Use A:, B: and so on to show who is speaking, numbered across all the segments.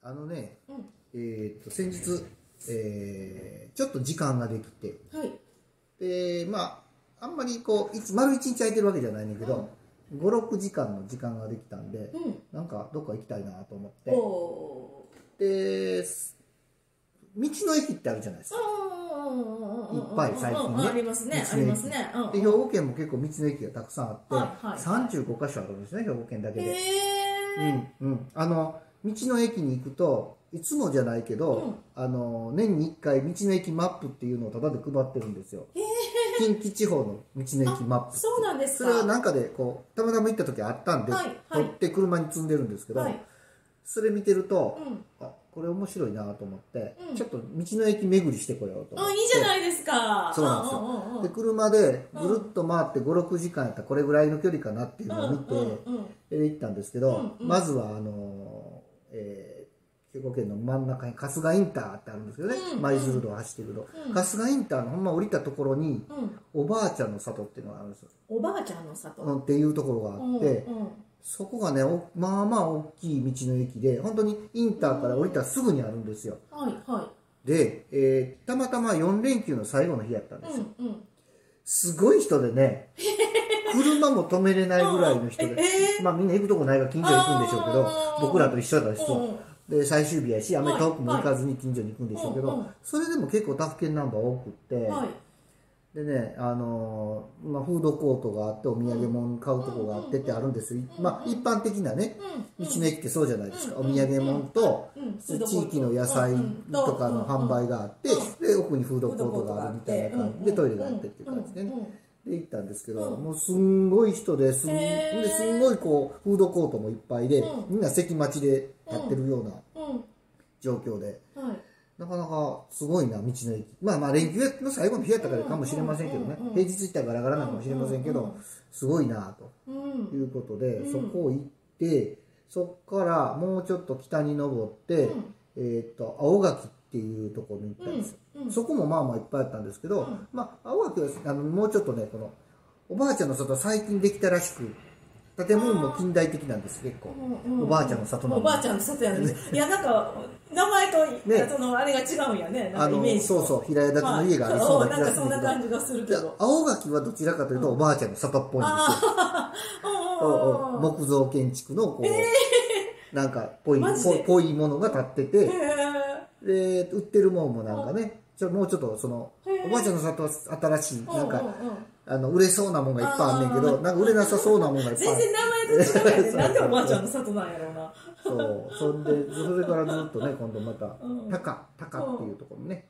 A: あのね、
B: うん、
A: 先日、ちょっと時間ができて、
B: はい。
A: で、まあ、あんまりこう、丸一日空いてるわけじゃないんだけど、5、6時間の時間ができたんで、
B: うん。
A: なんかどっか行きたいなと思っ
B: お
A: て、で、道の駅ってあるじゃないですか。いっぱい最近ね。
B: ありますね。あ
A: 道の駅
B: りますね。
A: で、兵庫県も結構道の駅がたくさんあって、
B: はいはい
A: 35箇所あるんですね、兵庫県だけで。
B: へ
A: 道の駅に行くといつもじゃないけど、年に1回道の駅マップっていうのをタダで配ってるんですよ。近畿地方の道の駅マップ。
B: そうなんですか。
A: それはなんかでこうたまたま行った時あったんで、取って車に積んでるんですけど、それ見てると、あ、これ面白いなと思って、ちょっと道の駅巡りしてこようと思って。
B: あ、いいじゃないですか。
A: そうなんですよ。で、車でぐるっと回って5、6時間やったらこれぐらいの距離かなっていうのを見て、で行ったんですけど、まずは兵庫県の真ん中に春日インターってあるんですけどね、舞鶴道を走っていくと、春日インターのほんま降りたところに、おばあちゃんの里っていうのがあるんですよ。
B: おばあちゃんの里、
A: っていうところがあって、そこがね、まあまあ大きい道の駅で、本当にインターから降りたらすぐにあるんですよ。で、たまたま4連休の最後の日やったんですよ。すごい人でね、車も止めれないぐらいの人で、まあみんな行くとこないから近所に行くんでしょうけど、僕らと一緒だし、で、最終日やし、アメ遠くも行かずに近所に行くんでしょうけど、それでも結構他府県ナンバー多くって、でね、まあ、フードコートがあって、お土産物買うとこがあってってあるんですよ。まあ、一般的なね、道の駅ってそうじゃないですか。お土産物と、地域の野菜とかの販売があって、で、奥にフードコートがあるみたいな感じで、トイレがあってっていう感じでね。で、行ったんですけど、もうすんごい人で、すんごいこう、フードコートもいっぱいで、みんな席待ちでやってるような状況で。なかなかすごいな、道の駅。まあまあ、連休の最後の日やったからかもしれませんけどね。平日行ったらガラガラなのかもしれませんけど、すごいな、ということで、そこ行って、そこからもうちょっと北に登って、青垣っていうところに行ったんですよ。そこもまあまあいっぱいあったんですけど、まあ、青垣はもうちょっとね、この、おばあちゃんの里最近できたらしく、建物も近代的なんです、結構。おばあちゃんの里なんで。
B: おばあちゃんの里やね。いや、なんか、名前と、その、あれが違うんやね。なんかイメージ。
A: そうそう、平屋建ての家がありそうな気がするけど。
B: なんかそんな感じがするけど。
A: 青垣はどちらかというと、おばあちゃんの里っぽいんですよ。木造建築の、こう、なんか、ぽいものが建ってて、で、売ってるもんもなんかね、もうちょっと、その、おばあちゃんの里は新しい、なんか、売れそうなもんがいっぱいあんねんけど、なんか売れなさそうなもんがいっぱいある。
B: 全然名前と違うやんね。なんでおばあちゃんの里なんやろうな。
A: そう。それからずっとね、今度また、高っていうところね、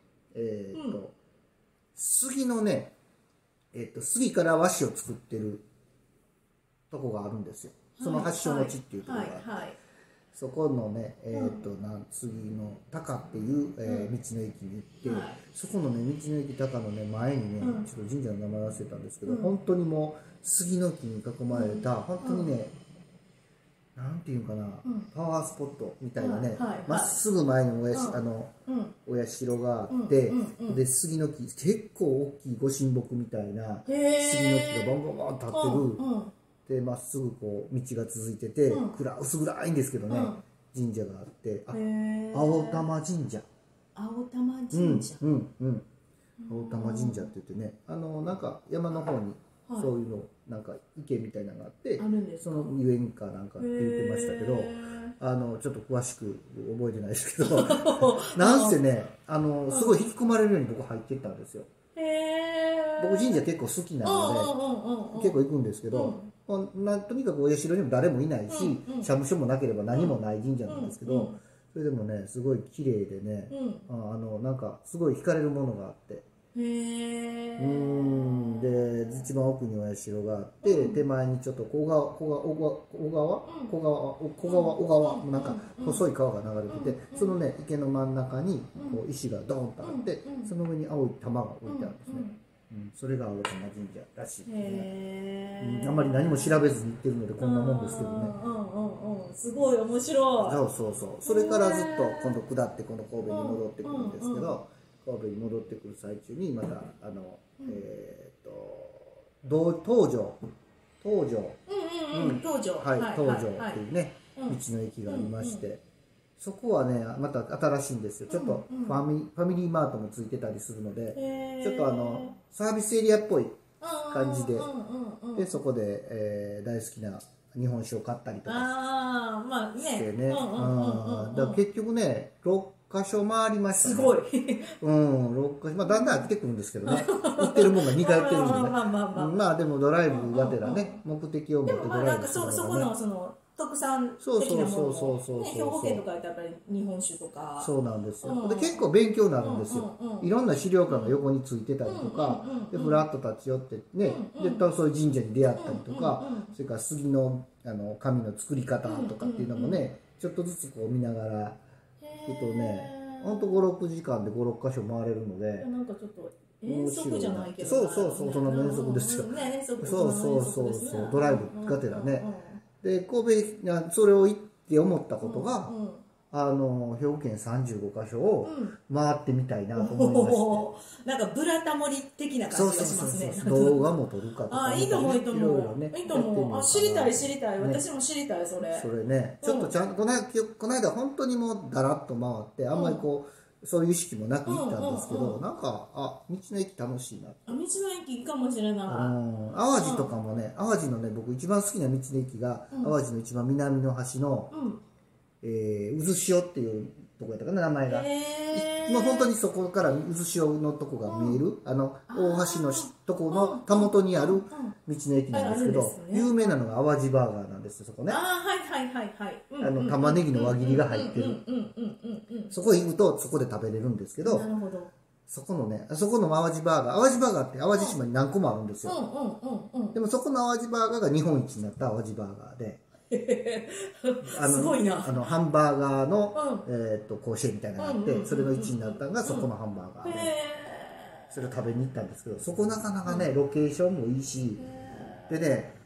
A: 杉のね、杉から和紙を作ってるとこがあるんですよ。その発祥の地っていうところがあって。そこのね、次の高っていう、道の駅に行って、そこのね、道の駅高のね、前にね、ちょっと神社の名前忘れたんですけど、本当にもう、杉の木に囲まれた、本当にね、なんていうかな、パワースポットみたいなね、まっすぐ前にお社があって、で、杉の木、結構大きいご神木みたいな、杉の木がボンボンボン立ってる、で、まっすぐこう、道が続いてて、薄暗いんですけどね、神社があって、青玉神社。
B: 青玉神社。
A: 青玉神社って言ってね、なんか山の方に、そういうの、なんか池みたいなのがあって、その上にかなんかって言ってましたけど、ちょっと詳しく覚えてないですけど、なんせね、すごい引き込まれるように僕入っていったんですよ。僕神社結構好きなので、結構行くんですけど、とにかくお社にも誰もいないし、社務所もなければ何もない神社なんですけど、それでもね、すごい綺麗でね、なんかすごい惹かれるものがあって、で、一番奥にお社があって、手前にちょっと小川、なんか細い川が流れてて、そのね、池の真ん中にこう石がドーンとあって、その上に青い玉が置いてあるんですね。それが青玉神社らしいですね。あんまり何も調べずに行ってるのでこんなもんですけどね。
B: すごい面白い。
A: そう。それからずっと今度下って今度神戸に戻ってくるんですけど、神戸に戻ってくる最中にまた東条っていうね、道の駅がありまして、 そこはねまた新しいんですよ。ちょっとファミリーマートもついてたりするので、ちょっとサービスエリアっぽい感じで、でそこで、大好きな日本酒を買ったりとかしてね。だから結局ね6カ所回りましたね。
B: すごい。
A: 6カ所、まあだんだん飽きてくるんですけどね。売ってるもんが2回売ってるんでね。まあでもドライブがてらね、目的を持ってドライブするのがね。
B: そこのその特産的なものを兵庫県とかやったらやっぱり日本酒とか。
A: そうなんですよ。で結構勉強になるんですよ。いろんな資料館が横についてたりとか、でふらっと立ち寄ってね、でそういう神社に出会ったりとか、それから杉の紙の作り方とかっていうのもね、ちょっとずつこう見ながら。ほんと5、6時間で5、6箇所回れるので、
B: なんかちょっと遠足じゃないけど、
A: そうその遠足ですよ。そうドライブがてらね。で神戸それを行って思ったことが、兵庫県35箇所を回ってみたいなと思いまして、
B: なんかブラタモリ的な感じがしますね。
A: 動画も撮るかとか、
B: いいと思ういいと思う。知りたい私も知りたいそれ。
A: それねちょっとちゃんとこの間本当にもうだらっと回ってあんまりこうそういう意識もなく行ったんですけど、なんか道の駅楽しいな。
B: 道の駅いいかもしれない。
A: 淡路とかもね、淡路のね僕一番好きな道の駅が淡路の一番南の端の渦潮っていうとこやったかな名前が。もう本当にそこから渦潮のとこが見える大橋のとこのたもとにある道の駅なんですけど、有名なのが淡路バーガーなんですよそこね。玉ねぎの輪切りが入ってる。そこ行くとそこで食べれるんですけど、そこの淡路バーガーって淡路島に何個もあるんですよ。でもそこの淡路バーガーが日本一になった淡路バーガーで。
B: すごいな。
A: ハンバーガーの甲子園みたいなのがあって、それの1位になったのがそこのハンバーガーで、それを食べに行ったんですけど、そこなかなかねロケーションもいいし、でね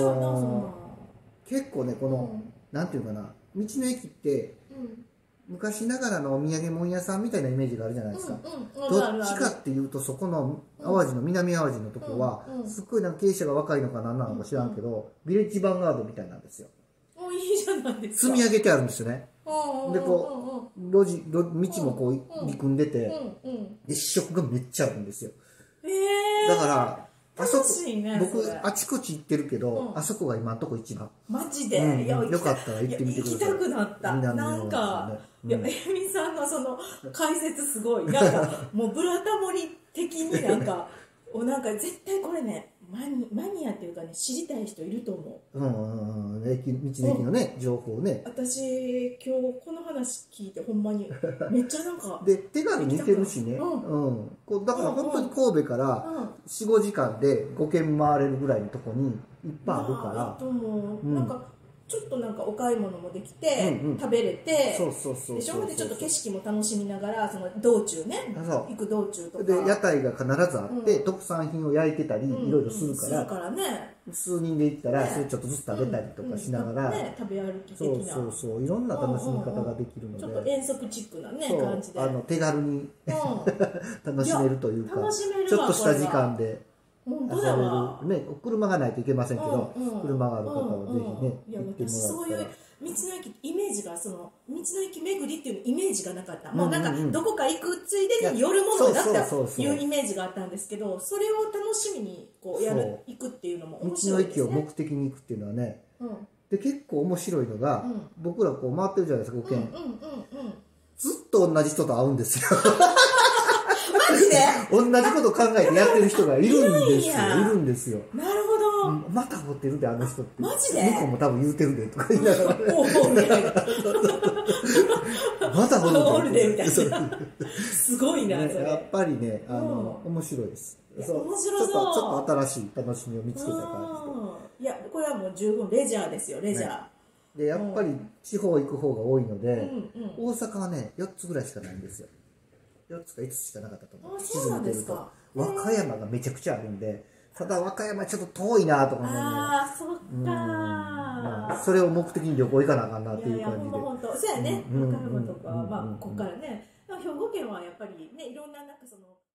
A: 結構ねこのなんていうかな、道の駅って昔ながらのお土産物屋さんみたいなイメージがあるじゃないですか。どっちかっていうとそこの淡路の南淡路のとこはすっごいなんか経営者が若いのか何なのか知らんけど、ビレッジヴァンガードみたいなんですよ。
B: いいじゃないですか。
A: 積み上げてあるんですよね。でこう道もこう入り組んでて、で試食がめっちゃあるんですよ。だから僕あちこち行ってるけど、あそこが今のとこ一番。
B: マジで
A: よかったら行ってみてください。
B: 行きたくなった。なんかえみさんのその解説すごい。なんかもうブラタモリ的になんか絶対これねマニアっていうかね知りたい人いると思う。道
A: の駅のね情報ね。
B: 私今日この話聞いてほんまにめっちゃなんか
A: で手軽に似てるしね。だから本当に神戸から4、5時間で5軒回れるぐらいのとこにいっぱいあるから。
B: なんかちょっとなんかお買い物もできて食べれて、でしょ。でちょっと景色も楽しみながらその道中ね、行く道中とか
A: で屋台が必ずあって特産品を焼いてたりいろいろするから数人で行ったらそれちょっとずつ食べたりとかしながら
B: 食べ歩き的な
A: いろんな楽しみ方ができるので、
B: ちょっと遠足チックなね感じで
A: 手軽に楽しめるというか、ちょっとした時間で遊べるね。車がないといけませんけど、車がある方はぜひね行ってもらったら。
B: そういう道の駅イメージが道の駅巡りっていうイメージがなかった。もうなんかどこか行くついでに寄るものだったいうイメージがあったんですけど、それを楽しみにこう行くっていうのも面白いですね。
A: 道の駅を目的に行くっていうのはね。で結構面白いのが、僕らこう回ってるじゃないですか5軒。ずっと同じ人と会うんですよ。
B: マジで
A: 同じこと考えてやってる人がいるんですよ。
B: なるほど。
A: また掘ってるであの人って。
B: マジで
A: 向こうも多分言うてるでとか言いながらまた掘るでみたいな。す
B: ごいなそれ。
A: やっぱりね面白いです。
B: 面白そう。
A: ちょっと新しい楽しみを見つけた感
B: じで。いやこれはもう十分レジャーですよレジャー。
A: でやっぱり地方行く方が多いので、大阪はね4つぐらいしかないんですよ。4つか5つしかなかったと思う。地図見てると和歌山がめちゃくちゃあるんで、ただ和歌山ちょっと遠いなとか思う
B: の。そっか。
A: それを目的に旅行行かなあかんなっていう感じで。
B: 本当そうやね。和歌山とかここからね。兵庫県はやっぱりねいろんななんかその